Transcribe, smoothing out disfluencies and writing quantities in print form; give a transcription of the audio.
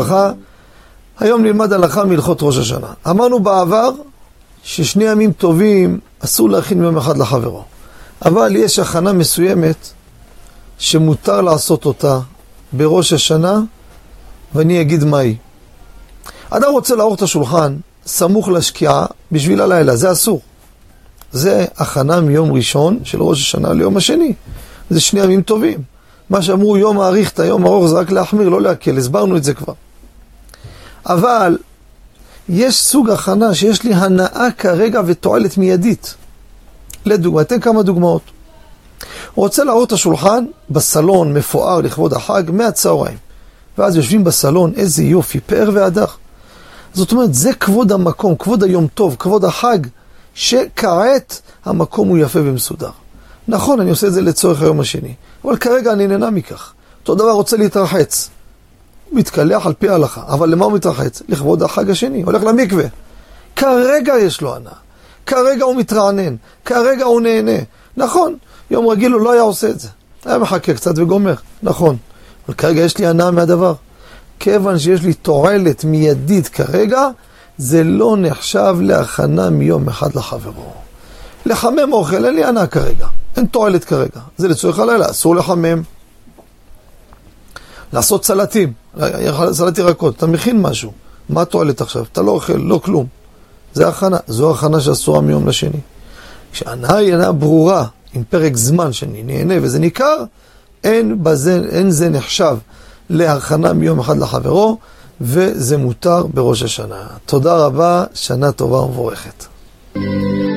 וברכה. היום נלמד הלכה מהלכות ראש השנה. אמרנו בעבר ששני ימים טובים אסור להכין יום אחד לחברו. אבל יש הכנה מסוימת שמותר לעשות אותה בראש השנה, ואני אגיד מהי. אדם רוצה לערוך את השולחן סמוך לשקיעה בשביל הלילה, זה אסור. זה הכנה מיום ראשון של ראש השנה ליום השני. זה שני ימים טובים. מה שאמרו יום האריך את היום ארוך זה רק להחמיר, לא להקל, הסברנו את זה כבר. אבל יש סוג הכנה שיש לי הנאה כרגע ותועלת מיידית. לדוגמה, אתן כמה דוגמאות. הוא רוצה לערוך את השולחן בסלון מפואר לכבוד החג מהצהריים. ואז יושבים בסלון, איזה יופי, פאר והדח. זאת אומרת, זה כבוד המקום, כבוד היום טוב, כבוד החג, שכעת המקום הוא יפה ומסודר. נכון, אני עושה את זה לצורך היום השני, אבל כרגע אני נהנה מכך. אותו דבר רוצה להתרחץ. הוא מתקלח על פי ההלכה, אבל למה הוא מתרחץ? לכבוד החג השני, הולך למקווה. כרגע יש לו הנאה, כרגע הוא מתרענן, כרגע הוא נהנה. נכון, יום רגיל הוא לא היה עושה את זה. היה מחכה קצת וגומר, נכון. אבל כרגע יש לי הנאה מהדבר. כיוון שיש לי תועלת מיידית כרגע, זה לא נחשב להכנה מיום אחד לחברו. לחמם אוכל, אין לי הנאה כרגע. אין תועלת כרגע. זה לצורך הלילה, אסור לחמם. לעשות סלטים, סלט ירקות, אתה מכין משהו. מה התועלת עכשיו? אתה לא אוכל, לא כלום. זה הכנה. זו הכנה שאסורה מיום לשני. כשהנאה היא הנאה ברורה, עם פרק זמן שאני נהנה וזה ניכר, אין זה נחשב להכנה מיום אחד לחברו, וזה מותר בראש השנה. תודה רבה, שנה טובה ומבורכת.